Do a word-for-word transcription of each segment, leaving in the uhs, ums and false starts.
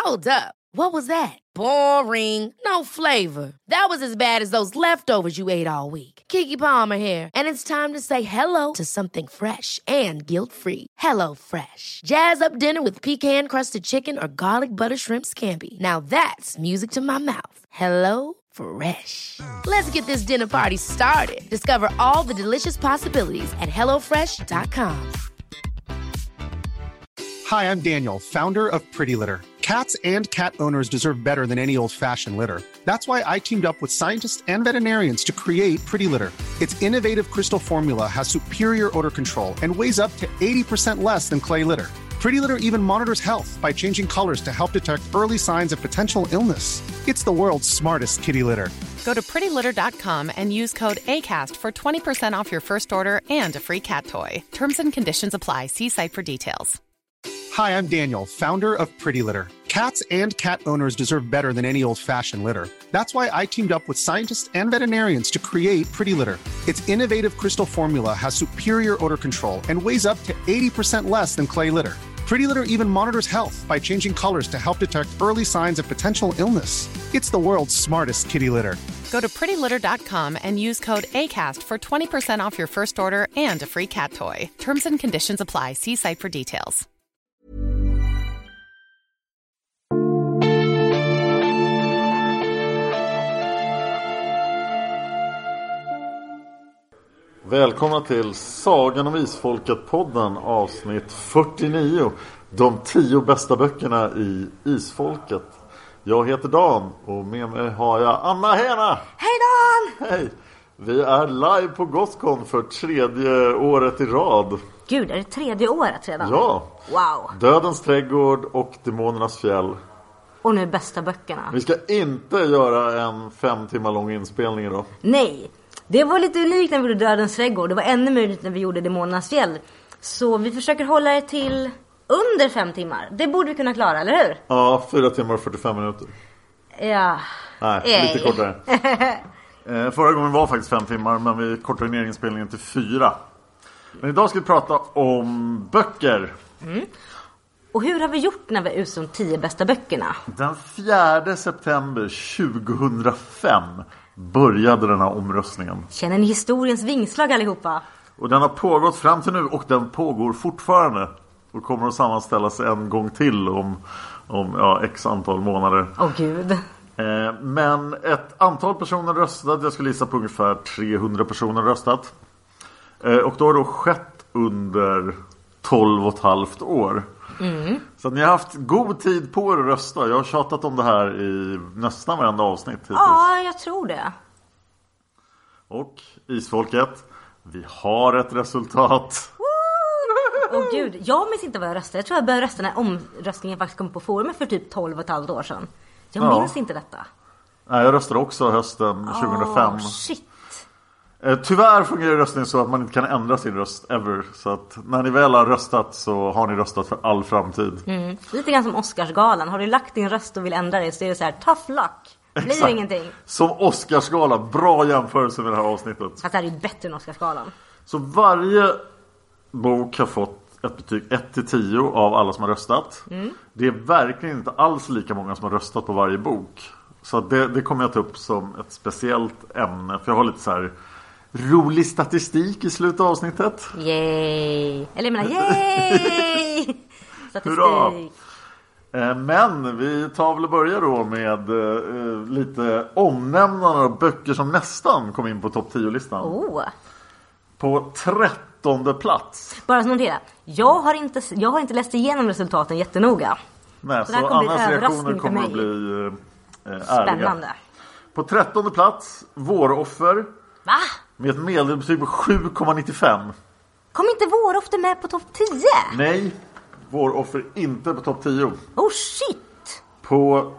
Hold up. What was that? Boring. No flavor. That was as bad as those leftovers you ate all week. Keke Palmer here, and it's time to say hello to something fresh and guilt-free. Hello Fresh. Jazz up dinner with pecan-crusted chicken or garlic butter shrimp scampi. Now that's music to my mouth. Hello Fresh. Let's get this dinner party started. Discover all the delicious possibilities at hello fresh dot com. Hi, I'm Daniel, founder of Pretty Litter. Cats and cat owners deserve better than any old-fashioned litter. That's why I teamed up with scientists and veterinarians to create Pretty Litter. Its innovative crystal formula has superior odor control and weighs up to eighty percent less than clay litter. Pretty Litter even monitors health by changing colors to help detect early signs of potential illness. It's the world's smartest kitty litter. Go to pretty litter dot com and use code ACAST for twenty percent off your first order and a free cat toy. Terms and conditions apply. See site for details. Hi, I'm Daniel, founder of Pretty Litter. Cats and cat owners deserve better than any old-fashioned litter. That's why I teamed up with scientists and veterinarians to create Pretty Litter. Its innovative crystal formula has superior odor control and weighs up to eighty percent less than clay litter. Pretty Litter even monitors health by changing colors to help detect early signs of potential illness. It's the world's smartest kitty litter. Go to pretty litter dot com and use code ACAST for twenty percent off your first order and a free cat toy. Terms and conditions apply. See site for details. Välkomna till Sagan om Isfolket-podden, avsnitt fyrtionio. De tio bästa böckerna i Isfolket. Jag heter Dan och med mig har jag Anna Hena. Hej Dan! Hej! Vi är live på Gothcon för tredje året i rad. Gud, är det tredje året redan? Ja! Wow! Dödens trädgård och Demonernas fjäll. Och nu bästa böckerna. Vi ska inte göra en fem timmar lång inspelning idag. Nej! Det var lite unikt när vi gjorde Dödens trädgård. Det var ännu mer unikt när vi gjorde Demonernas fjäll. Så vi försöker hålla det till under fem timmar. Det borde vi kunna klara, eller hur? Ja, fyra timmar och fyrtiofem minuter. Ja. Nej, Ej. lite kortare. eh, Förra gången var faktiskt fem timmar, men vi kortade ner inspelningen till fyra. Men idag ska vi prata om böcker. Mm. Och hur har vi gjort när vi är ute de tio bästa böckerna? Den fjärde september tjugohundrafem började den här omröstningen. Känner ni historiens vingslag allihopa? Och den har pågått fram till nu och den pågår fortfarande. Och kommer att sammanställas en gång till om, om ja, x antal månader. Åh oh, gud. Eh, men ett antal personer röstade. Jag skulle gissa på ungefär trehundra personer röstat. Eh, och då har det skett under tolv och ett halvt år. Mm. Så ni har haft god tid på er att rösta. Jag har tjatat om det här i nästan varenda avsnitt hittills. Ja, jag tror det. Och Isfolket, vi har ett resultat. Åh oh, gud, jag minns inte vad jag röstade. Jag tror jag började rösta när omröstningen faktiskt kom på forumet för typ tolv och ett halvt år sedan. Jag ja. minns inte detta. Nej, jag röstade också hösten tjugohundrafem. Oh, shit. Tyvärr fungerar röstningen så att man inte kan ändra sin röst ever. Så att när ni väl har röstat så har ni röstat för all framtid. Mm. Lite grann som Oscarsgalan. Har du lagt din röst och vill ändra det så är det så här, tough luck. Det blir Exakt. ingenting. Som Oscarsgalan. Bra jämförelse med det här avsnittet. Fast det här är ju bättre än Oscarsgalan. Så varje bok har fått ett betyg ett till tio av alla som har röstat. Mm. Det är verkligen inte alls lika många som har röstat på varje bok. Så det, det kommer jag ta upp som ett speciellt ämne. För jag har lite så här rolig statistik i slutet av avsnittet. Yay! Eller jag menar, yay! Statistik. Hurra! Men vi tar väl och börjar då med uh, lite omnämnande av böcker som nästan kom in på topp tio-listan. Oh. På trettonde plats. Bara så notera, jag har inte, jag har inte läst igenom resultaten jättenoga. Nej, så, så Annas reaktioner kommer att bli uh, ärliga. Spännande. På trettonde plats, Våroffer. Va? Med ett medelbetyg på sju komma nittiofem. Kom inte Våroffer med på topp tio? Nej, Våroffer inte på topp tio. Oh shit! På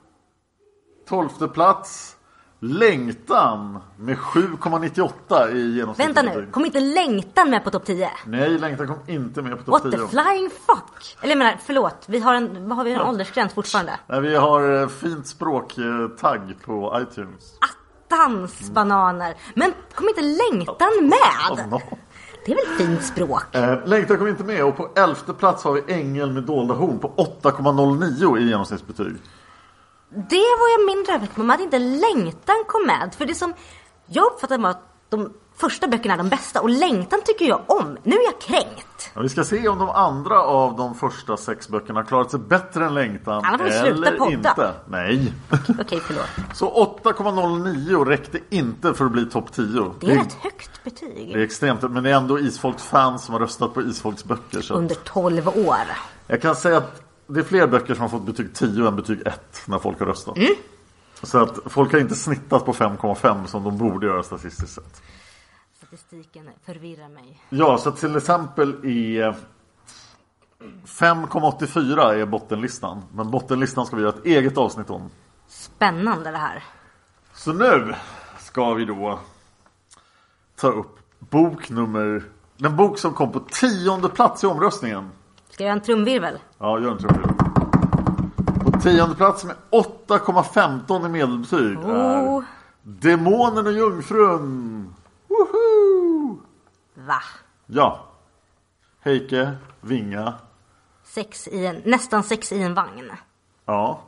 tolfte plats, Längtan med sju komma nittioåtta i genomsnitt. Vänta nu, kom inte Längtan med på topp tio? Nej, Längtan kom inte med på topp What tio. the flying fuck? Eller jag menar, förlåt, vi har en, vad har vi en åldersgräns fortfarande? Nej, vi har fint språktagg på iTunes. Attans bananer. Men kom inte Längtan med? Oh, no. Det är väl fint språk. Eh, längtan kom inte med. Och på elfte plats har vi Ängel med dolda horn på åtta komma noll nio i genomsnittsbetyg. Det var jag mindre övertygad om att inte längtan kom med. För det som jag uppfattade var att de första böckerna är de bästa. Och längtan tycker jag om. Nu är jag kränkt. Ja, vi ska se om de andra av de första sex böckerna klarat sig bättre än längtan. Alla får vi sluta eller podda. inte. Nej. Okej, okay, förlåt. Så åtta komma noll nio räckte inte för att bli topp tio. Det är ett högt betyg. Det är extremt, men det är ändå Isfolks fans som har röstat på Isfolks böcker. Så under tolv år. Jag kan säga att det är fler böcker som har fått betyg tio än betyg ett när folk har röstat. Mm. Så att folk har inte snittat på fem komma fem som de borde göra statistiskt sett. Statistiken förvirrar mig. Ja, så till exempel i fem komma åttiofyra är bottenlistan. Men bottenlistan ska vi göra ett eget avsnitt om. Spännande det här. Så nu ska vi då ta upp bok nummer... Den bok som kom på tionde plats i omröstningen. Ska jag göra en trumvirvel? Ja, gör en trumvirvel. På tionde plats med åtta komma femton i medelbetyg oh. är Demonen och Jungfrun. Woho! Va? Ja. Heike, Vinga. Sex i en, nästan sex i en vagn. Ja.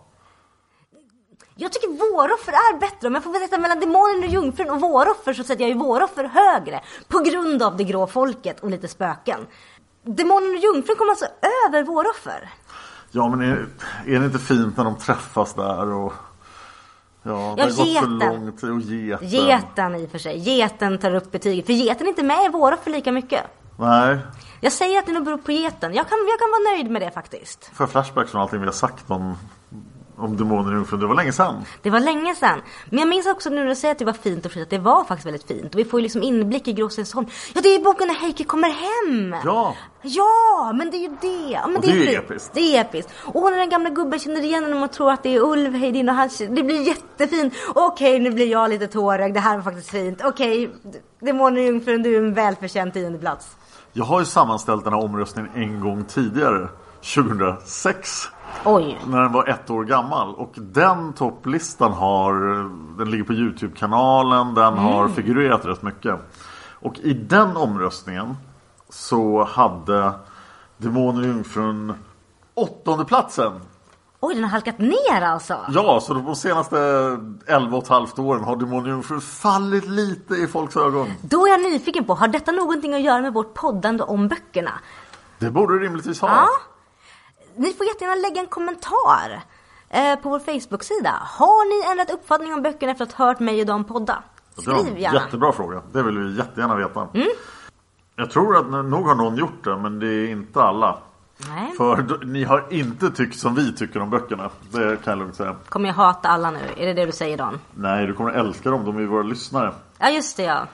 Jag tycker våroffer är bättre. Om jag får berätta mellan Demonen och Jungfrun och våroffer så sätter jag ju våroffer högre. På grund av det grå folket och lite spöken. Demonen och Jungfrun kommer alltså över våroffer. Ja, men är, är det inte fint när de träffas där och... Ja, det ja, har gått geten. för lång tid. Och geten. Geten i och för sig. Geten tar upp betyget. För geten är inte med i våroffer lika mycket. Nej. Jag säger att det nog beror på geten. Jag kan, jag kan vara nöjd med det faktiskt. För flashbacks från allting vi har sagt om... Om Demoner och Jungfrun, det var länge sedan. Det var länge sedan. Men jag minns också nu när du säger att det var fint och fint, att det var faktiskt väldigt fint. Och vi får ju liksom inblick i Gråstensholm. Ja, det är boken när Heike kommer hem. Ja. Ja, men det är ju det. Ja, men och det, det är är fint. episkt. Det är episkt. Och när den gamla gubben känner igen när man tror att det är Ulv Heidin och han, det blir jättefint. Okej, nu blir jag lite tårögd. Det här var faktiskt fint. Okej, Demoner och Jungfrun, du är en välförtjänt tionde plats. Jag har ju sammanställt den här omröstningen en gång tidigare. tjugohundrasex. Oj. När den var ett år gammal. Och den topplistan har... Den ligger på YouTube-kanalen. Den mm. har figurerat rätt mycket. Och i den omröstningen så hade Demoner och Jungfrun åttonde platsen. Oj, den har halkat ner alltså. Ja, så de senaste elva och ett halvt åren har Demoner och Jungfrun fallit lite i folks ögon. Då är jag nyfiken på, har detta någonting att göra med vårt poddande om böckerna? Det borde det rimligtvis ha. Ja. Ni får jättegärna lägga en kommentar eh, på vår Facebook-sida. Har ni ändrat uppfattning om böckerna efter att ha hört mig och dem podda? Skriv gärna. Jättebra fråga. Det vill vi jättegärna veta. Mm. Jag tror att nog har någon gjort det, men det är inte alla. Nej. För ni har inte tyckt som vi tycker om böckerna. Det kan jag lugnt säga. Kommer jag hata alla nu? Är det det du säger, Dan? Nej, du kommer älska dem. De är ju våra lyssnare. Ja, just det, ja.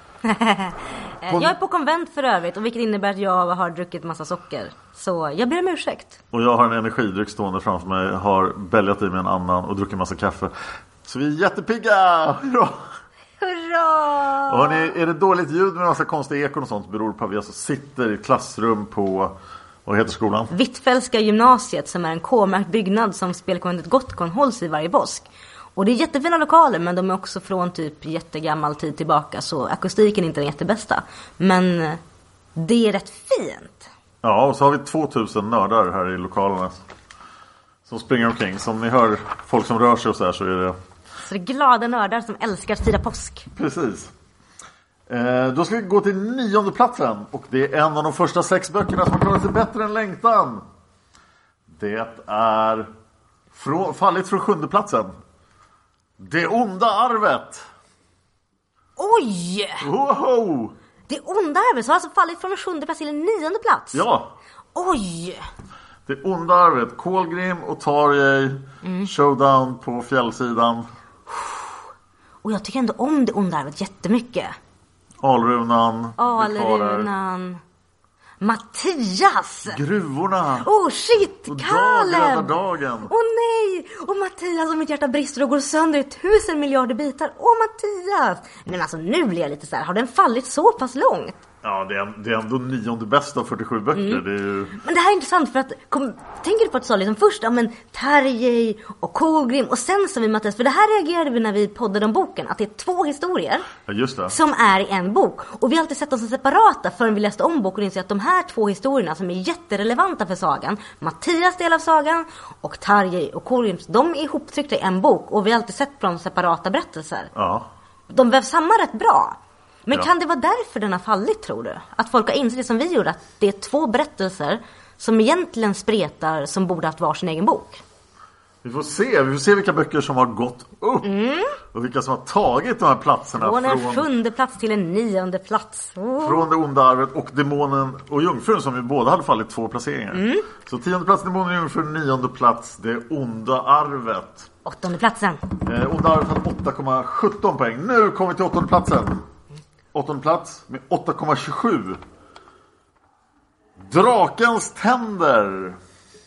Jag är på konvent för övrigt, och vilket innebär att jag har druckit massa socker. Så jag ber om ursäkt. Och jag har en energidryck stående framför mig. Har bälgat i mig en annan och druckit massa kaffe. Så vi är jättepigga! Hurra! Hurra! Och hörni, är det dåligt ljud med massa konstiga ekon och sånt, beror på att vi alltså sitter i ett klassrum på... Vad heter skolan? Hvitfeldtska gymnasiet, som är en K-märkt byggnad som spelkonventet Gottkon hålls i varje påsk. Och det är jättefina lokaler, men de är också från typ jättegammal tid tillbaka, så akustiken är inte den jättebästa. Men det är rätt fint. Ja, och så har vi tvåtusen nördar här i lokalerna som springer omkring. Som ni hör, folk som rör sig och så här, så är det... Så det är glada nördar som älskar att fira påsk. Precis. Eh, då ska vi gå till nionde platsen. Och det är en av de första sex böckerna som har klarat sig bättre än längtan. Det är från, fallit från sjunde platsen. Det onda arvet. Oj! Woho! Det onda arvet, så har alltså fallit från en sjunde plats till en nionde plats. Ja. Oj! Det onda arvet. Kolgrim och Tarjei. Mm. Showdown på fjällsidan. Och jag tycker ändå om det onda arvet jättemycket. Alrunan. Alrunan. Mattias! Gruvorna! Oh shit! Och Kaleb! dagen! Åh oh, nej! Och Mattias, och mitt hjärta brister och går sönder i tusen miljarder bitar. Åh oh, Mattias! Men alltså nu blir jag lite så här, har den fallit så pass långt? Ja, det är, det är ändå nionde bästa av fyrtiosju böcker. Mm. Det är ju... Men det här är intressant för att, kom, tänker du på att du sa liksom först, ja men Tarjei och Kolgrim och sen som vi Mattias, för det här reagerade vi när vi poddade om boken, att det är två historier ja, just det. Som är i en bok. Och vi har alltid sett dem som separata förrän vi läste om boken och insåg att de här två historierna som är jätterelevanta för sagan, Mattias del av sagan och Tarjei och Kolgrim, de är ihoptryckta i en bok och vi har alltid sett på dem separata berättelser. Ja. De vävs samman rätt bra. Men ja. Kan det vara därför den har fallit, tror du? Att folk har insett det som vi gjorde, att det är två berättelser som egentligen spretar, som borde haft varsin egen bok. Vi får se, vi får se vilka böcker som har gått upp mm. och vilka som har tagit de här platserna. Från en från, sjunde plats till en nionde plats. Oh. Från det onda arvet och demonen och jungfrun, som vi båda hade fallit två placeringar. Mm. Så tionde plats demonen och jungfrun, nionde plats det onda arvet. Åttonde platsen. Eh, onda arvet hade åtta komma sjutton poäng. Nu kommer vi till åttonde platsen. Åttonde plats med åtta komma tjugosju. Drakens tänder.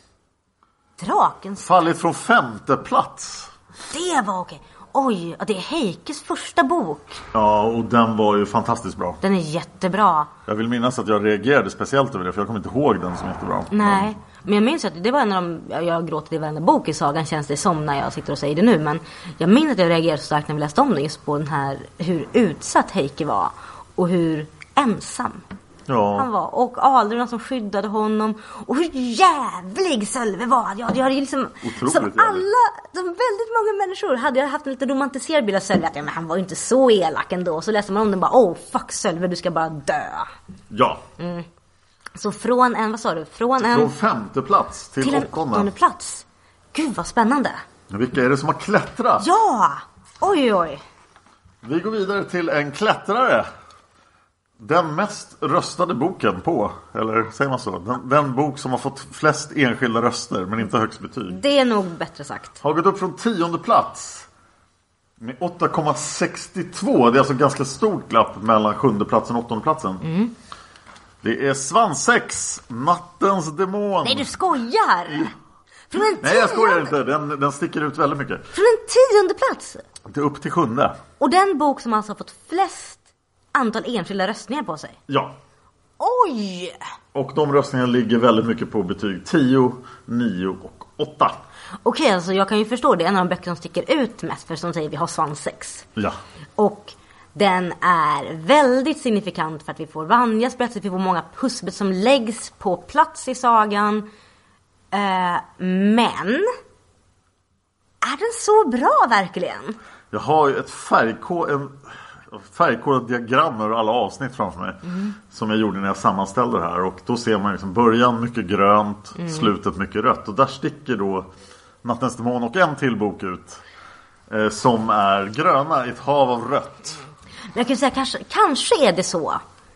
Drakens fallit från femte plats. Det var okej. Oj, det är Heikes första bok. Ja, och den var ju fantastiskt bra. Den är jättebra. Jag vill minnas att jag reagerade speciellt över det, för jag kommer inte ihåg den som jättebra. Nej, men, men jag minns att det var en av de... Jag, jag gråter i varenda bok i sagan, känns det som när jag sitter och säger det nu. Men jag minns att jag reagerade så starkt när vi läste om det, just på den här, hur utsatt Heike var. Och hur ensam ja. han var. Och Aldruna som skyddade honom. Och hur jävlig Sölve var. Jag, jag hade liksom, som alla, som väldigt många människor hade jag haft en lite romantiserad bild av Sölve. Att ja, men han var ju inte så elak ändå. Så läste man om den bara, oh fuck Sölve, du ska bara dö. Ja. Mm. Så från en, vad sa du? Från en... Från femte plats till, till en åttonde. åttonde plats. Gud vad spännande. Vilka är det som har klättrat? Ja, oj oj. Vi går vidare till en klättrare. Den mest röstade boken på, eller säger man så? Den, den bok som har fått flest enskilda röster men inte högst betyg. Det är nog bättre sagt. Har gått upp från tionde plats med åtta komma sextiotvå. Det är alltså ganska stort glapp mellan sjunde platsen och åttonde platsen. Mm. Det är Svansex, Nattens demon. Nej, du skojar! I... Från en Nej, jag skojar inte. Den, den sticker ut väldigt mycket. Från en tionde plats? Det är upp till sjunde. Och den bok som alltså har fått flest antal enskilda röstningar på sig? Ja. Oj! Och de röstningarna ligger väldigt mycket på betyg tio, nio och åtta. Okej, okay, alltså jag kan ju förstå det. En av de böcker som sticker ut mest, för som säger vi har Svansex. Ja. Och den är väldigt signifikant för att vi får Vanjas berättelse. Vi får många pusselbit som läggs på plats i sagan. Uh, men är den så bra verkligen? Jag har ju ett färgkod, en färgkodat diagram över alla avsnitt framför mig mm. som jag gjorde när jag sammanställde det här. Och då ser man liksom början mycket grönt, mm. slutet mycket rött. Och där sticker då Nattens demon och en till bok ut eh, som är gröna i ett hav av rött. Men jag kan säga, kanske, kanske är det så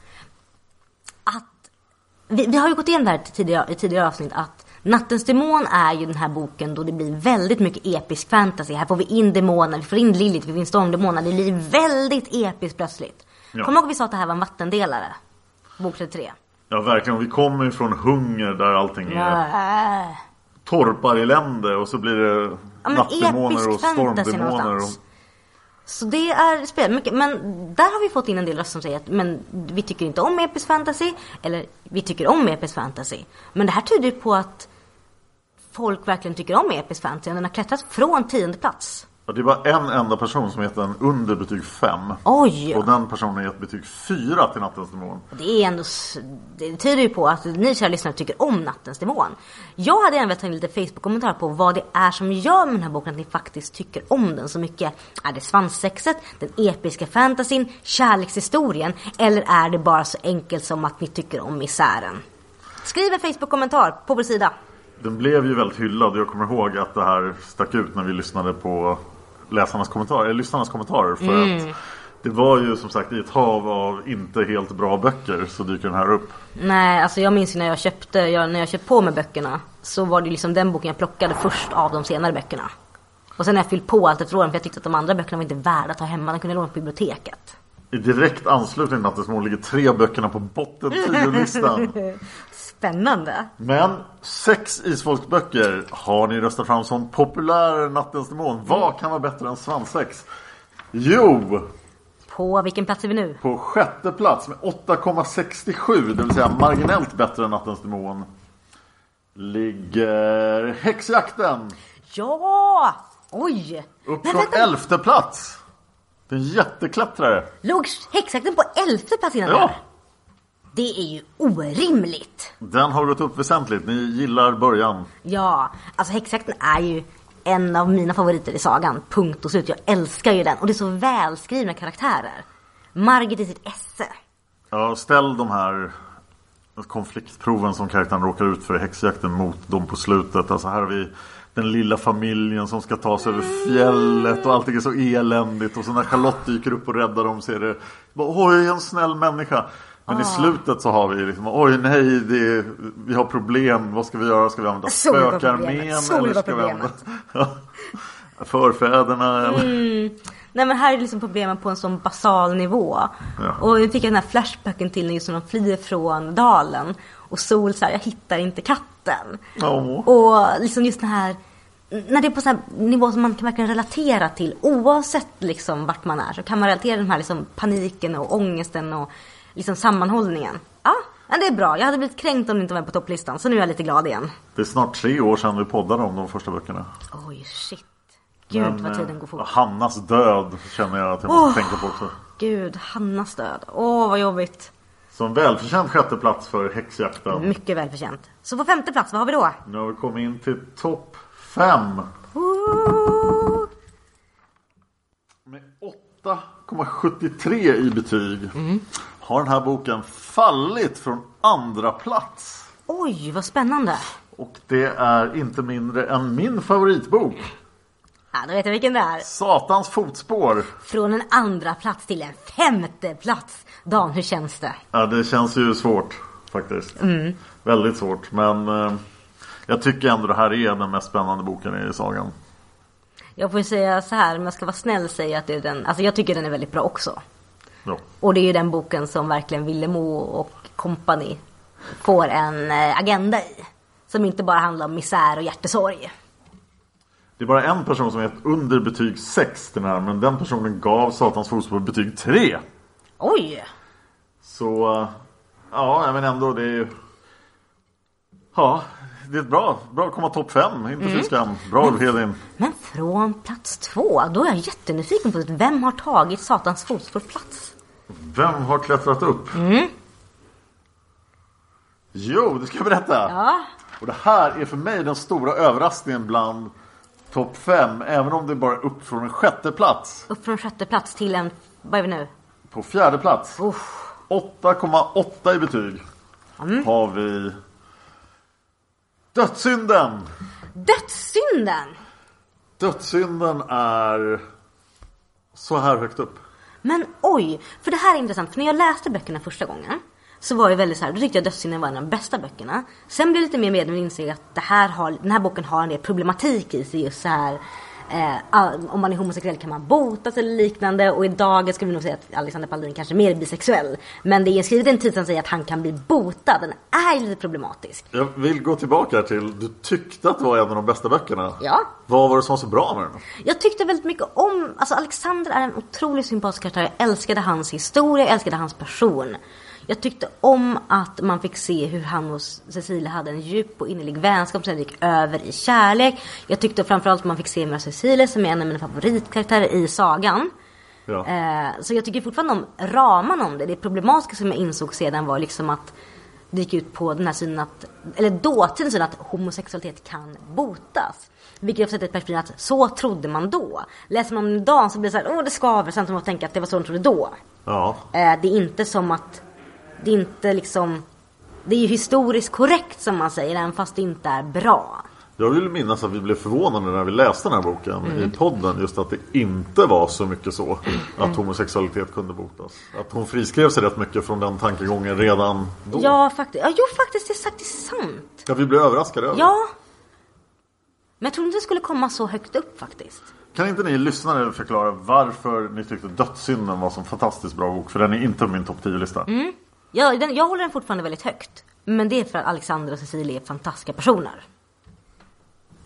att vi, vi har ju gått igenom det här tidigare, i tidigare avsnitt, att Nattens demon är ju den här boken då det blir väldigt mycket episk fantasy. Här får vi in demoner, vi får in Lilith, vi får in stormdemoner. Det blir väldigt episkt plötsligt. Ja. Kommer du ihåg vi sa att det här var en vattendelare? Bok trettiotre. Ja, verkligen. Vi kommer ju från hunger där allting är äh. torparelände. Och så blir det ja, nattdemoner och stormdemoner. Och... Så det är spel. Men där har vi fått in en del röster som säger att men vi tycker inte om episk fantasy. Eller vi tycker om episk fantasy. Men det här tyder ju på att folk verkligen tycker om episk fantasy. Den har klättrat från tionde plats. Ja, det var en enda person som heter en under betyg fem. Oj! Och den personen har gett betyg fyra till Nattens demon. Det är ändå, det tyder ju på att ni kära lyssnare tycker om Nattens demon. Jag hade även tagit lite Facebook-kommentarer på vad det är som gör med den här boken att ni faktiskt tycker om den så mycket. Är det svanssexet, den episka fantasyn, kärlekshistorien, eller är det bara så enkelt som att ni tycker om misären? Skriv en Facebook-kommentar på vår sida. Den blev ju väldigt hyllad. Jag kommer ihåg att det här stack ut när vi lyssnade på läsarnas kommentarer, eller lyssnarnas kommentarer för mm. att det var ju som sagt i ett hav av inte helt bra böcker så dyker den här upp. Nej, alltså jag minns när jag köpte jag, när jag köpte på med böckerna så var det liksom den boken jag plockade först av de senare böckerna. Och sen när jag fyllt på allt efter åren för jag tyckte att de andra böckerna var inte värda att ta hemma, den kunde låna på biblioteket. I direkt anslutning till Nattens demon ligger tre böckerna på botten tio-listan. Spännande. Men sex isfolksböcker har ni röstat fram som populär Nattens demon. Vad kan vara bättre än svansex? Jo, På vilken plats är vi nu? På sjätte plats med åtta komma sextiosju, det vill säga marginellt bättre än Nattens demon, ligger Häxjakten. Ja! Oj! Upp Men från vänta. elfte plats. Det är en jätteklättrare. Låg Häxjakten på elfte plats innan Ja. där? Det är ju orimligt. Den har gått upp väsentligt. Ni gillar början. Ja, alltså Häxjakten är ju en av mina favoriter i sagan. Punkt och slut. Jag älskar ju den. Och det är så välskrivna karaktärer. Margit i sitt esse. Ja, ställ de här konfliktproven som karaktären råkar ut för i Häxjakten mot dem på slutet. Alltså här har vi den lilla familjen som ska ta sig över fjället och allting är så eländigt. Och så när Charlotte dyker upp och räddar dem så är det oj, en snäll människa. Men ah. i slutet så har vi liksom, oj nej, det är, vi har problem. Vad ska vi göra? Ska vi använda spökarmén? Eller ska vi använda förfäderna? Eller? Mm. Nej, men här är liksom problemen på en sån basal nivå. Ja. Och jag fick den här flashbacken till när just när de flyr från dalen. Och Sol så här, jag hittar inte katten. Oh. Och liksom just den här, när det är på sån här nivå som man kan verkligen relatera till. Oavsett liksom vart man är så kan man relatera till den här liksom paniken och ångesten och liksom sammanhållningen. Ja, det är bra. Jag hade blivit kränkt om det inte var på topplistan. Så nu är jag lite glad igen. Det är snart tre år sedan vi poddade om de första böckerna. Oj, shit. Gud, men, vad tiden går fort. Hannas död känner jag att jag måste oh, tänka på också. Gud, Hannas död. Åh, oh, vad jobbigt. Så en välförtjänt sjätte plats för Häxjakten. Mycket välförtjänt. Så på femte plats, vad har vi då? Nu har vi kommit in till topp fem. Ooh. Med åtta komma sjuttiotre i betyg mm. har den här boken fallit från andra plats. Oj, vad spännande. Och det är inte mindre än min favoritbok. Ja, då vet jag vilken det är. Satans fotspår. Från en andra plats till en femte plats. Dan, hur känns det? Ja, det känns ju svårt faktiskt. Mm. Väldigt svårt. Men eh, jag tycker ändå det här är den mest spännande boken i sagan. Jag får säga så här, om jag ska vara snäll säga att det är den. Alltså jag tycker den är väldigt bra också. Ja. Och det är ju den boken som verkligen Villemo och company får en eh, agenda i. Som inte bara handlar om misär och hjärtesorg. Det är bara en person som är under betyg sex till den här. Men den personen gav Satans fotspår betyg tre. Oj! Så, ja, men ändå det är ju... Ja, det är bra. Bra att komma topp fem. Inte mm. skam. Bra, Hedin. Men från plats två, då är jag jättenyfiken på vem har tagit Satans fotspår plats? Vem har klättrat upp? Mm. Jo, det ska jag berätta. Ja. Och det här är för mig den stora överraskningen bland topp fem. Även om det bara är upp från en sjätte plats. Upp från sjätte plats till en, vad är vi nu? På fjärde plats. Uff. åtta komma åtta i betyg. Mm. Har vi Dödssynden. Dödssynden? Dödssynden är så här högt upp. Men oj, för det här är intressant. För när jag läste böckerna första gången så var jag väldigt så här, då tyckte jag Dödssynden var en av de bästa böckerna. Sen blev jag lite mer medveten och insåg att det här har, den här boken har en del problematik i sig. Just så här, eh, om man är homosexuell kan man botas eller liknande. Och idag ska vi nog säga att Alexander Paldin kanske är mer bisexuell. Men det är skrivet en tid som säger att han kan bli botad. Den är lite problematisk. Jag vill gå tillbaka till, du tyckte att det var en av de bästa böckerna. Ja. Vad var det som var så bra med den? Jag tyckte väldigt mycket om, alltså Alexander är en otroligt sympatisk karaktär. Jag älskade hans historia, jag älskade hans person. Jag tyckte om att man fick se hur han och Cecilia hade en djup och innerlig vänskap som gick över i kärlek. Jag tyckte framförallt att man fick se med Cecilia som är en av mina favoritkaraktärer i sagan. Ja. Eh, så jag tycker fortfarande om ramarna om det. Det problematiska som jag insåg sedan var liksom att det gick ut på den här synen att, eller dåtidens syn att homosexualitet kan botas. Vilket jag har sett ett perspektiv att så trodde man då. Läser man om idag så blir det så här, åh det skaver, samt som att tänka att det var så de trodde då. Ja. Eh, det är inte som att det är inte liksom, det är ju historiskt korrekt som man säger, även fast det inte är bra. Jag vill minnas att vi blev förvånade när vi läste den här boken mm. i podden, just att det inte var så mycket så att mm. homosexualitet kunde botas. Att hon friskrev sig rätt mycket från den tankegången redan då. Ja, faktiskt. Ja, jo, faktiskt, det är faktiskt sant. Ja, vi blev överraskade över. Ja. Men jag trodde inte det skulle komma så högt upp faktiskt. Kan inte ni lyssnare förklara varför ni tyckte Dödssynden var så en fantastiskt bra bok? För den är inte min topp tio-lista. Mm. Ja, den, jag håller den fortfarande väldigt högt. Men det är för att Alexander och Cecilia är fantastiska personer.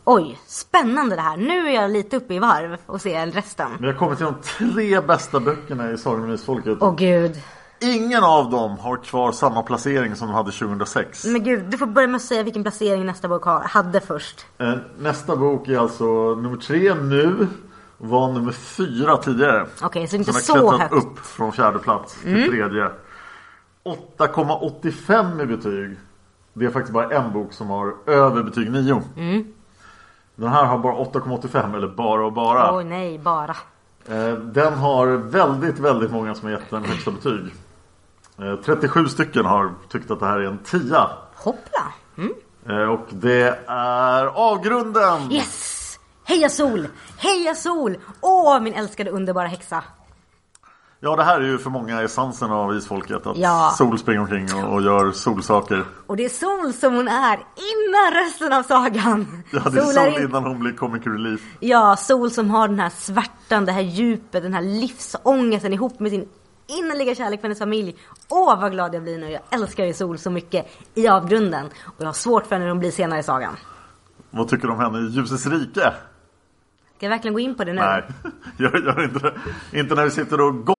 Oj, spännande det här. Nu är jag lite uppe i varv och ser resten. Vi har kommit till de tre bästa böckerna i Sagan om Isfolket. Åh gud. Ingen av dem har kvar samma placering som de hade tjugohundrasex. Men gud, du får börja med att säga vilken placering nästa bok hade först. Eh, nästa bok är alltså nummer tre nu. Och var nummer fyra tidigare. Okej, okay, så inte så så högt. Upp från fjärde plats till mm. tredje. åtta komma åttiofem i betyg. Det är faktiskt bara en bok som har över betyg nio. Mm. Den här har bara åtta komma åttiofem, eller bara och bara. Åh oh, nej, bara. Eh, den har väldigt, väldigt många som har gett den högsta betyg. Eh, trettiosju stycken har tyckt att det här är en tia. Hoppla. Mm. Eh, och det är Avgrunden. Yes! Heja sol! Heja sol! Åh, min älskade underbara häxa. Ja, det här är ju för många essensen av Isfolket. Att ja. Sol springer omkring och, och gör solsaker. Och det är Sol som hon är innan resten av sagan. Ja, det är Sol, sol innan hon blir comic relief. Ja, Sol som har den här svärtan, det här djupet, den här livsångesten ihop med sin innerliga kärlek för hennes familj. Åh, vad glad jag blir nu. Jag älskar ju Sol så mycket i Avgrunden. Och jag har svårt för när hon blir senare i sagan. Vad tycker du om henne i Ljusets rike? Ska jag verkligen gå in på det nu? Nej, gör, gör inte det. Inte när vi sitter och går.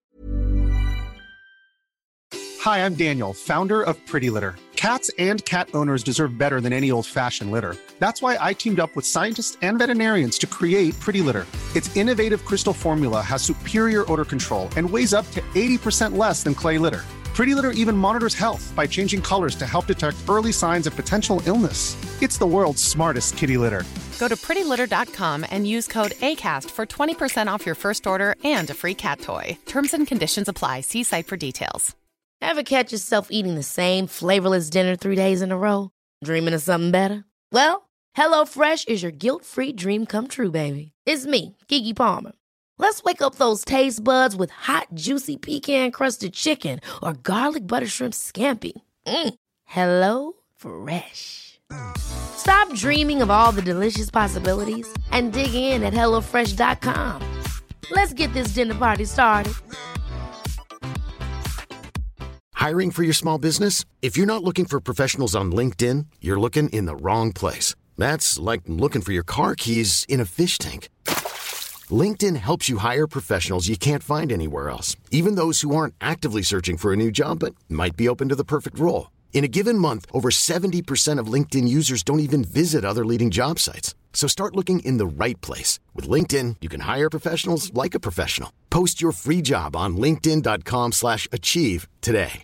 Hi, I'm Daniel, founder of Pretty Litter. Cats and cat owners deserve better than any old-fashioned litter. That's why I teamed up with scientists and veterinarians to create Pretty Litter. Its innovative crystal formula has superior odor control and weighs up to eighty percent less than clay litter. Pretty Litter even monitors health by changing colors to help detect early signs of potential illness. It's the world's smartest kitty litter. Go to pretty litter dot com and use code ACAST for twenty percent off your first order and a free cat toy. Terms and conditions apply. See site for details. Ever catch yourself eating the same flavorless dinner three days in a row? Dreaming of something better? Well, HelloFresh is your guilt-free dream come true, baby. It's me, Keke Palmer. Let's wake up those taste buds with hot, juicy pecan-crusted chicken or garlic butter shrimp scampi. Mm. Hello Fresh. Stop dreaming of all the delicious possibilities and dig in at hello fresh dot com. Let's get this dinner party started. Hiring for your small business? If you're not looking for professionals on LinkedIn, you're looking in the wrong place. That's like looking for your car keys in a fish tank. LinkedIn helps you hire professionals you can't find anywhere else, even those who aren't actively searching for a new job but might be open to the perfect role. In a given month, over seventy percent of LinkedIn users don't even visit other leading job sites. So start looking in the right place. With LinkedIn, you can hire professionals like a professional. Post your free job on linkedin dot com slash achieve today.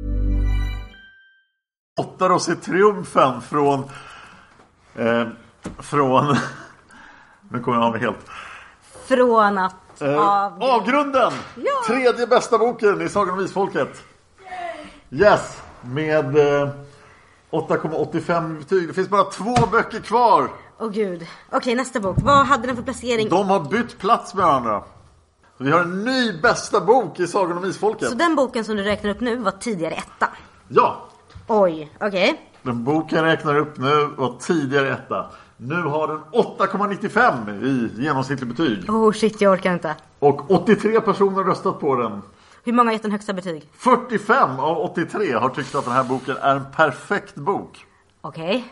Åttar oss i triumfen från... Eh, från... nu kommer jag av mig helt... Från att... Eh, av... Avgrunden! Ja. Tredje bästa boken i Sagan om Isfolket. Yes! Med eh, åtta komma åttiofem betyg. Det finns bara två böcker kvar. Åh oh, gud. Okej, okay, nästa bok. Vad hade den för placering? De har bytt plats med varandra. Vi har en ny bästa bok i Sagan om Isfolket. Så den boken som du räknar upp nu var tidigare etta? Ja. Oj, okej. Okay. Den boken jag räknar upp nu var tidigare etta. Nu har den åtta komma nittiofem i genomsnittlig betyg. Oh shit, jag orkar inte. Och åttiotre personer röstat på den. Hur många har gett den högsta betyg? fyrtiofem av åttiotre har tyckt att den här boken är en perfekt bok. Okej. Okay.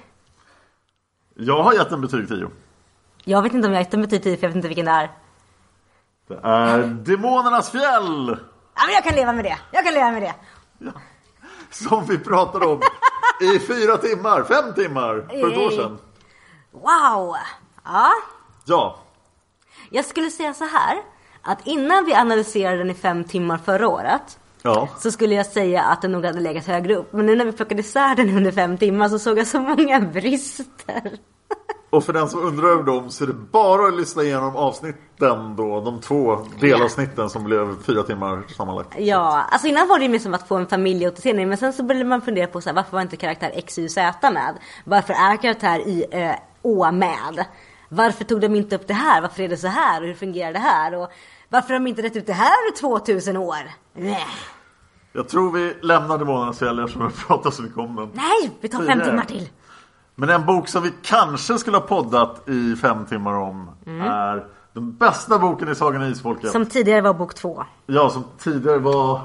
Jag har gett en betyg tio. Jag vet inte om jag har gett en betyg tio, för jag vet inte vilken det är. Det är Demonernas fjäll. Ja, men jag kan leva med det. Jag kan leva med det. Ja. Som vi pratade om i fyra timmar, fem timmar för ett år sedan. Wow. Ja. Ja. Jag skulle säga så här, att innan vi analyserade den i fem timmar förra året, ja, så skulle jag säga att den nog hade legat högre upp. Men nu när vi plockade isär den under fem timmar så såg jag så många brister. Och för den som undrar över dem så är det bara att lyssna igenom avsnitten då, de två delavsnitten som blev fyra timmar sammanlagt. Ja, alltså innan var det ju mer som att få en familjeåterseende, men sen så började man fundera på så här, varför var inte karaktär X, Y, Z med? Varför är karaktär Y, Ö, Å med? Varför tog de inte upp det här? Varför är det så här? Och hur fungerar det här? Och varför har de inte rätt ut det här i tvåtusen år? Nej. Jag tror vi lämnar Demonernas fjäll som vi pratar så mycket om den. Nej, vi tar fem timmar till. Men en bok som vi kanske skulle ha poddat i fem timmar om mm. är den bästa boken i Sagan om Isfolket. Som tidigare var bok två. Ja, som tidigare var...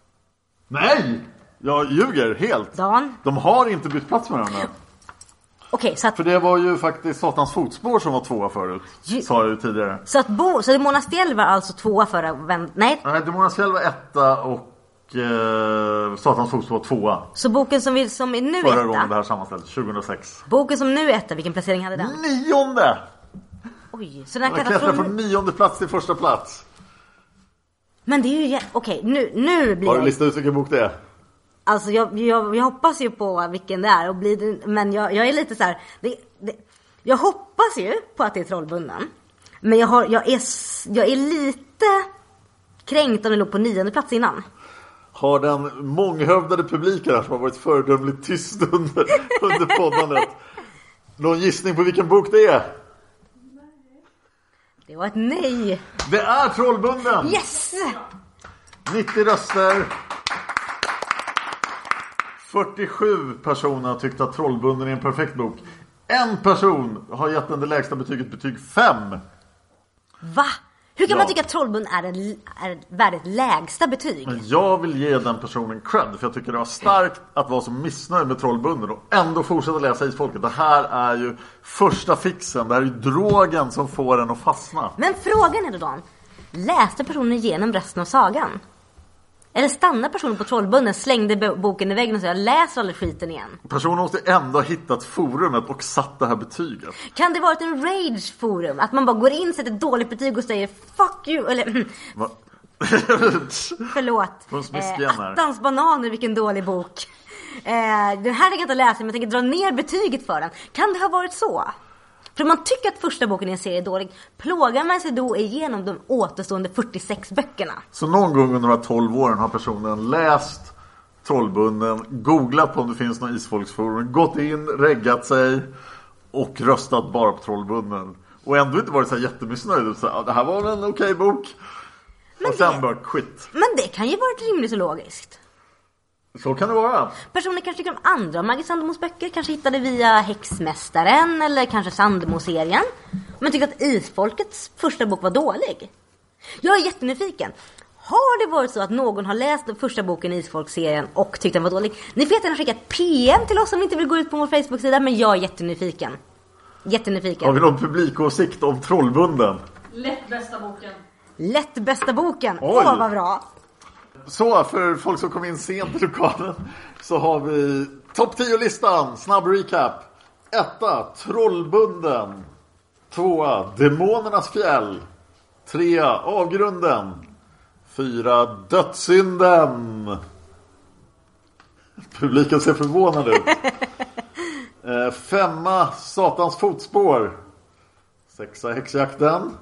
Nej! Jag ljuger helt. Dan. De har inte bytt plats med varandra. Okej, så att... För det var ju faktiskt Satans fotspår som var tvåa förut. Ju... Sa jag ju tidigare. Så att Bo... så Demonas fjäll var alltså tvåa förra... Nej. Nej, Demonas fjäll var etta och eh, Satans fotspår var tvåa. Så boken som, vi, som är nu förra etta... gången det här sammanställt, tjugohundrasex. Boken som nu är etta, vilken placering hade den? Nionde! Oj, så den kan klättrar från nionde plats till första plats. Men det är ju... Okej, nu, nu blir Har du jag... listat ut vilken bok det är? Alltså jag, jag, jag hoppas ju på vilken det är och blir det, men jag, jag är lite så här, det, det, jag hoppas ju på att det är Trollbunden. Men jag, har, jag, är, jag är lite kränkt om det låg på nionde plats innan. Har den månghövdade publiken här som har varit föredömligt tyst under, under poddandet någon gissning på vilken bok det är? Det var ett nej. Det är Trollbunden. Yes! nittio röster. fyrtiosju personer har tyckt att Trollbunden är en perfekt bok. En person har gett den det lägsta betyget, betyg fem. Va? Hur kan Ja. man tycka att Trollbunden är, en, är världens lägsta betyg? Men jag vill ge den personen cred, för jag tycker det var starkt att vara så missnöjd med Trollbunden och ändå fortsätta läsa Isfolket. Det här är ju första fixen, det här är ju drogen som får den att fastna. Men frågan är då, Dan, läste personen igenom resten av sagan? Eller stannar personen på Trollbunden, slängde boken i väggen och sa jag läser aldrig skiten igen? Personen måste ändå ha hittat forumet och satt det här betyget. Kan det vara en rage-forum? Att man bara går in, sätter ett dåligt betyg och säger fuck you, eller Va? förlåt eh, Attans bananer, vilken dålig bok. eh, Den här tänker jag inte läsa, men jag tänker dra ner betyget för den. Kan det ha varit så? För om man tycker att första boken i en serie är dålig, plågar man sig då igenom de återstående fyrtiosex böckerna? Så någon gång under de här tolv åren har personen läst Trollbunden, googlat på om det finns någon isfolksforum, gått in, reggat sig och röstat bara på Trollbunden. Och ändå inte varit så här jättemissnöjd. Så här, det här var väl en okej bok. Men och sen det... bara skit. Men det kan ju vara rimligt och logiskt. Så kan det vara. Personer kanske tycker om andra Margit Sandemos böcker, kanske hittade via Häxmästaren eller kanske Sandemo-serien, men tyckte att Isfolkets första bok var dålig. Jag är jättenyfiken. Har det varit så att någon har läst den första boken i Isfolk-serien och tyckte den var dålig? Ni får gärna skicka ett P M till oss om ni inte vill gå ut på vår Facebook-sida, men jag är jättenyfiken. Jättenyfiken. Har vi någon publikåsikt om Trollbunden? Lätt bästa boken. Lätt bästa boken. Oj. Åh, vad bra. Så för folk som kom in sent i lokalen så har vi topp tio-listan, snabb recap. Etta, Trollbunden. Tvåa, Demonernas fjäll. Trea, Avgrunden. Fyra, Dödssynden. Publiken ser förvånad ut. Femma, Satans fotspår. Sexa, Häxjakten.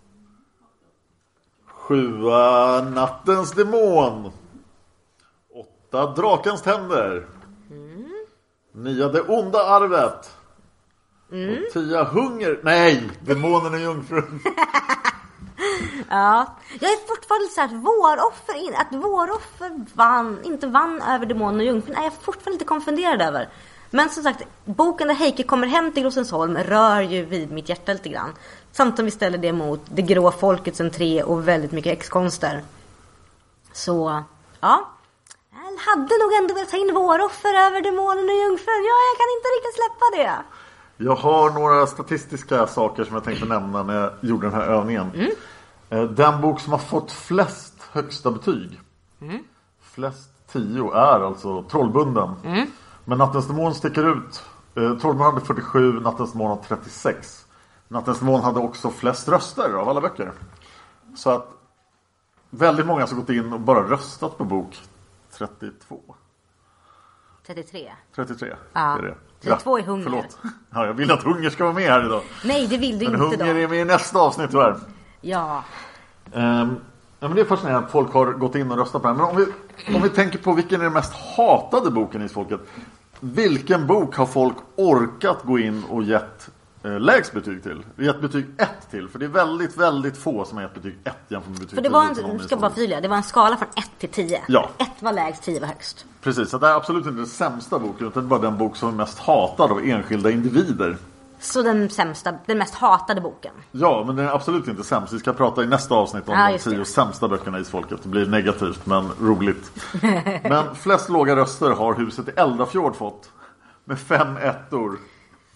Sjua, Nattens demon. Åtta, Drakens tänder. Mm. Nia, Det onda arvet. Mm. Och tia, Hunger. Nej, Demonen och jungfrun. Ja, jag är fortfarande så här att våroffer, in, att våroffer vann, inte vann över Demonen och jungfrun är jag fortfarande lite konfunderad över. Men som sagt, boken där Heike kommer hem till Rosensholm rör ju vid mitt hjärta lite grann. Samt som vi ställer det mot Det grå folkets entré och väldigt mycket ex-konster. Så, ja. Jag hade nog ändå velat ta in våroffer över Demonen och jungfrun. Ja, jag kan inte riktigt släppa det. Jag har några statistiska saker som jag tänkte nämna när jag gjorde den här övningen. Mm. Den bok som har fått flest högsta betyg. Mm. Flest tio är alltså Trollbunden. Mm. Men Nattens demon sticker ut. Trollbunden hade fyrtiosju, Nattens demon hade trettiosex. Nattens demon hade också flest röster av alla böcker. Så att väldigt många har gått in och bara röstat på bok trettiotvå. trettiotre. trettiotre, ja. Är det. trettiotvå ja, är Hunger. Förlåt. Ja, jag vill att Hunger ska vara med här idag. Nej, det vill du men inte Hunger då. Hunger är med i nästa avsnitt tyvärr. Ja. Um, ja men det är fascinerande att folk har gått in och röstat på den. Men om vi, om vi tänker på vilken är den mest hatade boken i folket. Vilken bok har folk orkat gå in och gett eh, lägst betyg till? Gett betyg ett till. För det är väldigt, väldigt få som har gett betyg ett jämfört med betyg. För det var en, ska bara förtydliga, det var en skala från ett till tio. Ja. ett var lägst, tio var högst. Precis, så det är absolut inte den sämsta boken, utan det är bara den bok som är mest hatad av enskilda individer. Så den sämsta, den mest hatade boken. Ja, men den är absolut inte sämst. Vi ska prata i nästa avsnitt om ja, de tio sämsta böckerna i Isfolket. Det blir negativt, men roligt. Men flest låga röster har Huset i Eldrafjord fått. Med fem ettor.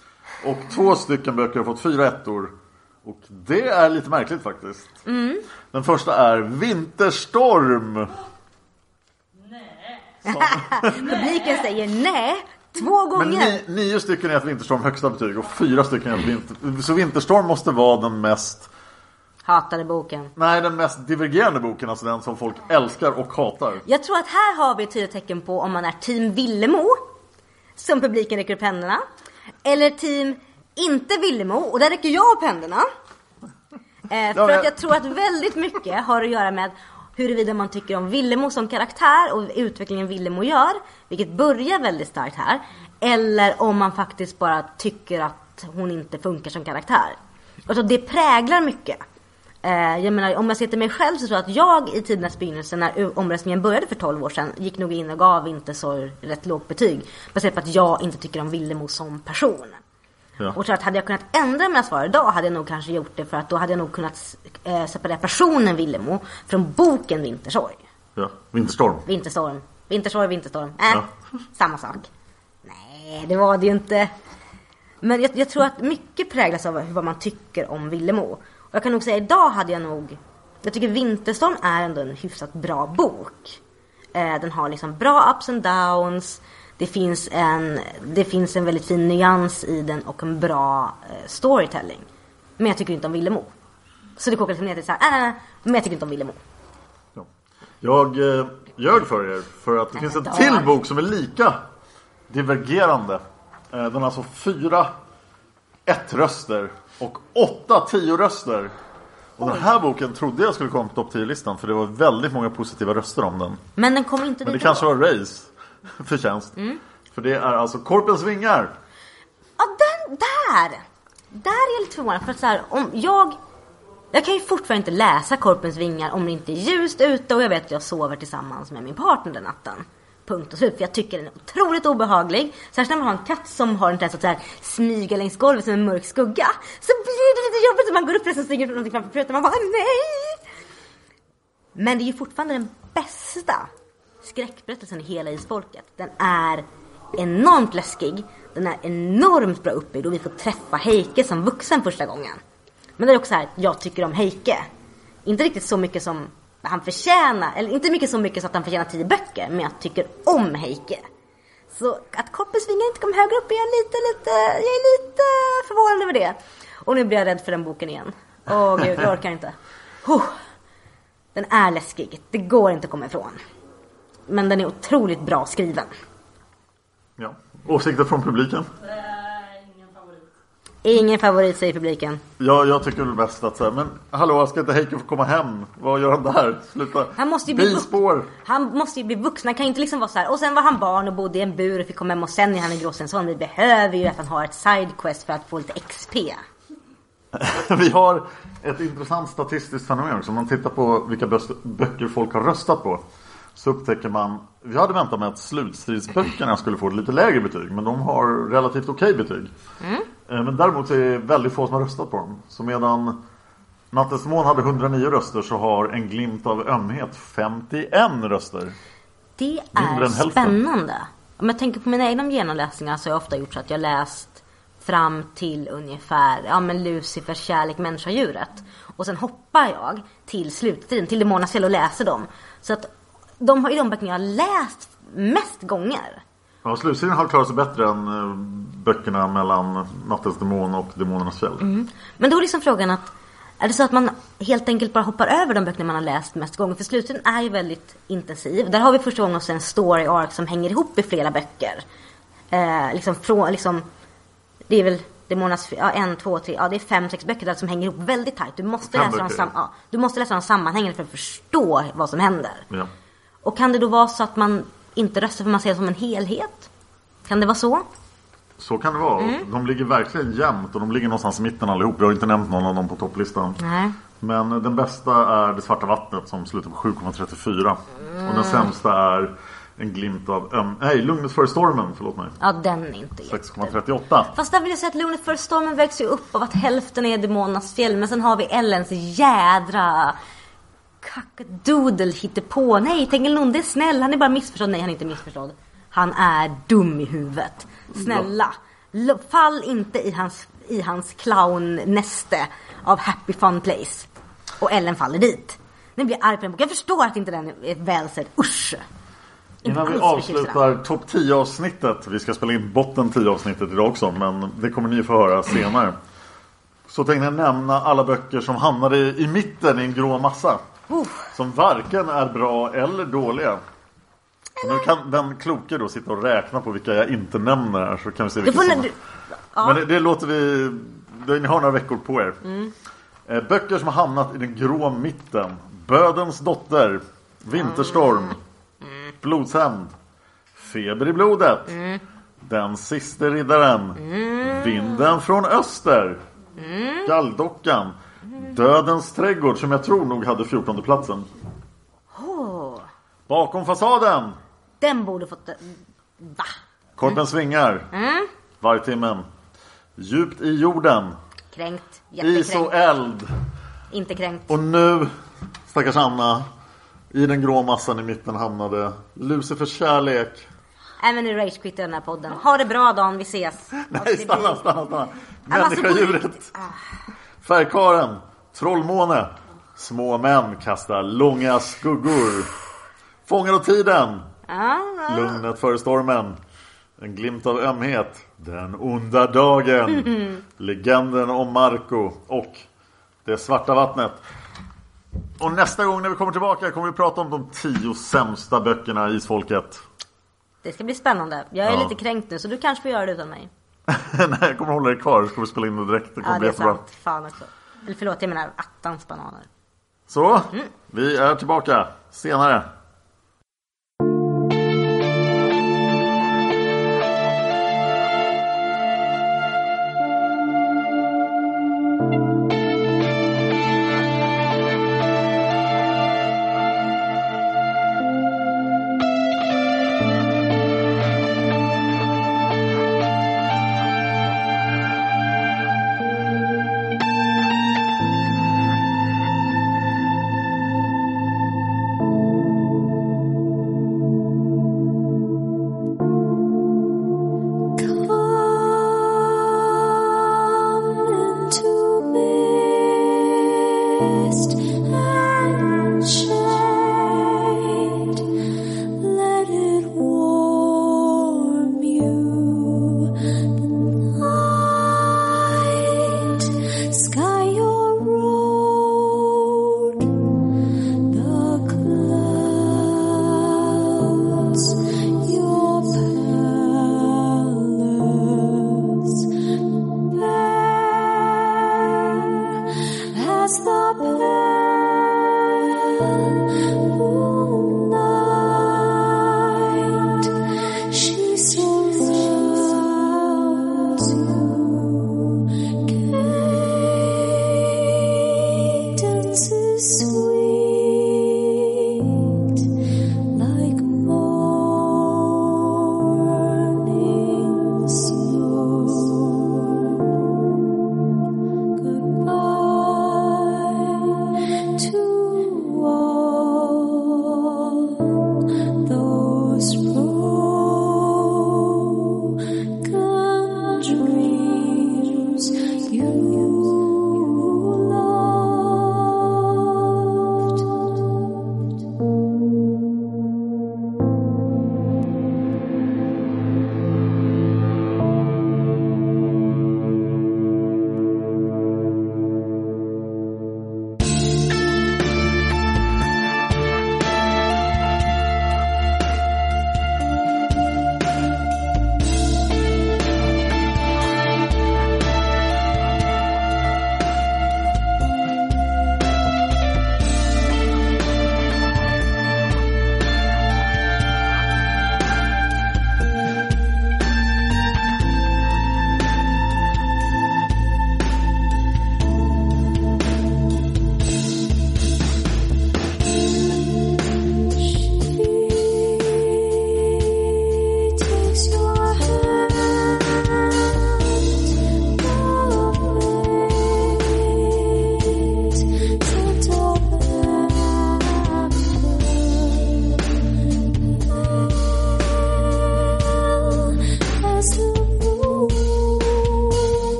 Och två stycken böcker har fått fyra ettor. Och det är lite märkligt faktiskt. Mm. Den första är Vinterstorm. Publiken säger nej två gånger. Men ni, nio stycken är ett Vinterstorm högsta betyg och fyra stycken är ett vinter... Så Vinterstorm måste vara den mest hatade boken. Nej, den mest divergerande boken, alltså den som folk älskar och hatar. Jag tror att här har vi ett tydligt tecken på om man är team Villemo, som publiken räcker upp händerna, eller team inte Villemo, och där räcker jag upp händerna. Eh, för att jag tror att väldigt mycket har att göra med huruvida man tycker om Villemo som karaktär och utvecklingen Villemo gör, vilket börjar väldigt starkt här, eller om man faktiskt bara tycker att hon inte funkar som karaktär. Alltså det präglar mycket. Eh, jag menar, om jag ser till mig själv så tror jag att jag i tidernas begynnelse, när omröstningen började för tolv år sedan, gick nog in och gav inte så rätt lågt betyg, baserat på att jag inte tycker om Villemo som person. Ja. Och tror att hade jag kunnat ändra mina svar idag hade jag nog kanske gjort det, för att då hade jag nog kunnat eh, separera personen Villemo från boken Vintersorg. Ja, Vinterstorm. Vinterstorm. Vintersorg, Vinterstorm. Äh, ja. Samma sak. Nej, det var det ju inte. Men jag, jag tror att mycket präglas av vad man tycker om Villemo. Och jag kan nog säga idag hade jag nog... Jag tycker Vinterstorm är ändå en hyfsat bra bok. Eh, den har liksom bra ups and downs. Det finns en, det finns en väldigt fin nyans i den och en bra eh, storytelling. Men jag tycker inte om Villemo. Så det kokar lite ner till så här, äh, men jag tycker inte om Villemo. Ja. Jag eh, ljög för er för att det finns en till bok som är lika divergerande. Eh, den har alltså fyra ett-röster och åtta tio-röster. Och den här boken trodde jag skulle komma på topp tio-listan, för det var väldigt många positiva röster om den. Men den kom inte Men det dit kanske då. var Race förtjänst. Mm. För det är alltså Korpens vingar. Ja, den där. Där är jag lite förvånad. För att så här, om jag... Jag kan ju fortfarande inte läsa Korpens vingar om det inte är ljust ute och jag vet att jag sover tillsammans med min partner den natten. Punkt och slut. För jag tycker den är otroligt obehaglig. Särskilt när man har en katt som har en tendens att så här smyga längs golvet som en mörk skugga. Så blir det lite jobbigt. Så man går upp och springer någonting framför pröten. Man bara nej. Men det är ju fortfarande den bästa skräckberättelsen i hela isfolket. Den är enormt läskig. Den är enormt bra uppbyggd. Och vi får träffa Heike som vuxen första gången. Men det är också så här, jag tycker om Heike. Inte riktigt så mycket som han förtjänar. Eller inte mycket så mycket så att han förtjänar tio böcker. Men jag tycker om Heike. Så att Korpens vingar inte kom högre upp är jag lite, lite, jag är lite förvånad över det. Och nu blir jag rädd för den boken igen. Åh gud, jag orkar inte. Huh. Den är läskig. Det går inte att komma ifrån. Men den är otroligt bra skriven. Ja. Åsikter från publiken? Ingen favorit, säger publiken. Ja, jag tycker väl bäst att säga, men hallå, ska inte Heike få komma hem? Vad gör han där? Sluta. Han måste ju bli Bilspår. Han måste ju bli vuxen. Han kan inte liksom vara så här. Och sen var han barn och bodde i en bur och fick komma hem och sen är han i Gråstensson. Vi behöver ju att han har ett sidequest för att få lite X P. Vi har ett intressant statistiskt fenomen också. Om man tittar på vilka böcker folk har röstat på, så upptäcker man, vi hade väntat med att slutstridsböckerna skulle få ett lite lägre betyg, men de har relativt okej betyg. Mm. Men däremot är det väldigt få som har röstat på dem. Så medan Nattens mån hade hundranio röster, så har En glimt av ömhet femtioen röster. Det är spännande. Om jag tänker på mina egna genomläsningar, så har jag ofta gjort så att jag läst fram till ungefär ja, men Lucifers kärlek, människa-djuret. Och sen hoppar jag till sluttiden, till Demonernas fjäll, och läser dem. Så att de har ju de böckerna jag har läst mest gånger. Ja, slutsidan har klarat sig bättre än böckerna mellan Nattens demon och Demonernas fjäll. Mm. Men då är liksom frågan att, är det så att man helt enkelt bara hoppar över de böckerna man har läst mest gånger? För slutsidan är ju väldigt intensiv. Där har vi första gången också en story arc som hänger ihop i flera böcker. Eh, liksom från, liksom, det är väl Demonernas fjäll, ja, en, två, tre, ja det är fem, sex böcker där som hänger ihop väldigt tajt. Du måste läsa dem sam- ja, du måste läsa dem sammanhängande för att förstå vad som händer. Ja. Och kan det då vara så att man inte röstar för man ser det som en helhet? Kan det vara så? Så kan det vara. Mm. De ligger verkligen jämnt och de ligger någonstans i mitten allihop. Jag har inte nämnt någon av dem på topplistan. Nej. Men den bästa är Det svarta vattnet som slutar på sju komma trettiofyra. Mm. Och den sämsta är En glimt av öm... Nej, Lugnet före stormen, förlåt mig. Ja, den är inte sex komma trettioåtta. Fast där vill jag säga att Lugnet före stormen vägs ju upp av att hälften är Demonernas fjäll. Men sen har vi Ellens jädra kackadoodle hittar på. Nej, Tengilnund är snäll. Han är bara missförstådd. Nej, han är inte missförstådd. Han är dum i huvudet. Snälla. L- fall inte i hans, i hans clownnäste av Happy Fun Place. Och Ellen faller dit. Nu blir jag arg på den boken. Jag förstår att inte den är välsedd. Usch. Innan vi avslutar topp tio avsnittet. Vi ska spela in botten tio avsnittet idag också. Men det kommer ni få höra senare. Så tänkte jag nämna alla böcker som hamnade i mitten i en grå massa. Uh. Som varken är bra eller dåliga. Och nu kan den kloke då sitta och räkna på vilka jag inte nämner här, så kan vi se vilka som... Du... Ja. Men det, det låter vi... Det, ni har några veckor på er. Mm. Eh, böcker som har hamnat i den grå mitten. Bödens dotter. Vinterstorm. Mm. Blodshämnd. Feber i blodet. Mm. Den sista riddaren. Mm. Vinden från öster. Mm. Galldockan. Mm. Dödens trädgård, som jag tror nog hade fjortonde platsen. Oh. Bakom fasaden. Den borde fått... Va? Korpen mm. svingar. Mm. Vargtimmen. Djupt i jorden. Kränkt. Is och eld. Inte kränkt. Och nu, stackars Anna, i den grå massan i mitten hamnade Lucifers kärlek. Även nu rage-quit i den här podden. Ha det bra, Dan, vi ses. Nej, stanna, stanna, stanna. Människa-djuret. Färgkaren. Trollmåne. Små män kastar långa skuggor. Fångar av tiden. Ah. Lugnet före stormen. En glimt av ömhet. Den onda dagen. Mm. Legenden om Marco. Och det svarta vattnet. Och nästa gång när vi kommer tillbaka kommer vi prata om de tio sämsta böckerna i Isfolket. Det ska bli spännande. Jag är ja. lite kränkt nu, så du kanske får göra det utan mig. Nej, jag kommer hålla dig kvar. Så ska vi spela in det direkt. Det kommer ja, bli det är sant. Fan också. Eller förlåt, jag menar attans bananer. Så, mm. vi är tillbaka senare.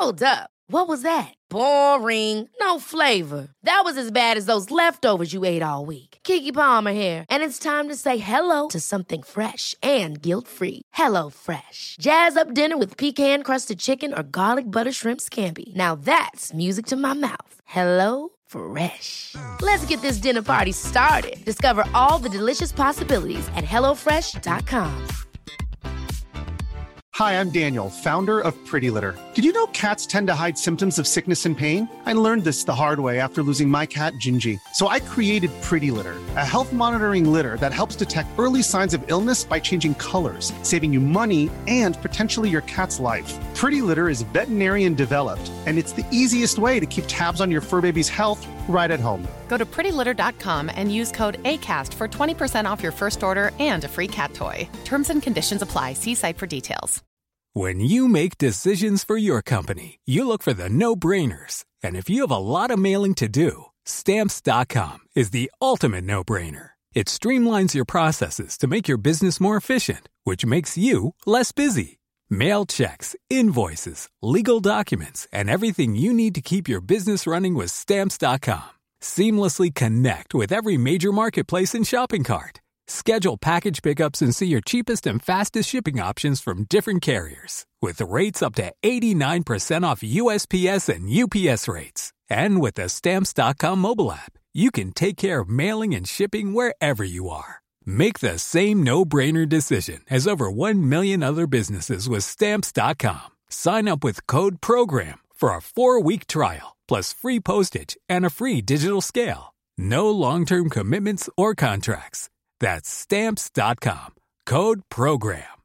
Hold up. What was that? Boring. No flavor. That was as bad as those leftovers you ate all week. Keke Palmer here, and it's time to say hello to something fresh and guilt-free. Hello Fresh. Jazz up dinner with pecan-crusted chicken or garlic butter shrimp scampi. Now that's music to my mouth. Hello Fresh. Let's get this dinner party started. Discover all the delicious possibilities at hello fresh dot com. Hi, I'm Daniel, founder of Pretty Litter. Did you know cats tend to hide symptoms of sickness and pain? I learned this the hard way after losing my cat, Gingy. So I created Pretty Litter, a health monitoring litter that helps detect early signs of illness by changing colors, saving you money and potentially your cat's life. Pretty Litter is veterinarian developed, and it's the easiest way to keep tabs on your fur baby's health right at home. Go to pretty litter dot com and use code ACAST for twenty percent off your first order and a free cat toy. Terms and conditions apply. See site for details. When you make decisions for your company, you look for the no-brainers. And if you have a lot of mailing to do, Stamps dot com is the ultimate no-brainer. It streamlines your processes to make your business more efficient, which makes you less busy. Mail checks, invoices, legal documents, and everything you need to keep your business running with Stamps dot com. Seamlessly connect with every major marketplace and shopping cart. Schedule package pickups and see your cheapest and fastest shipping options from different carriers. With rates up to eighty-nine percent off U S P S and U P S rates. And with the Stamps dot com mobile app, you can take care of mailing and shipping wherever you are. Make the same no-brainer decision as over one million other businesses with Stamps dot com. Sign up with code PROGRAM for a four-week trial, plus free postage and a free digital scale. No long-term commitments or contracts. That's Stamps dot com. Code PROGRAM.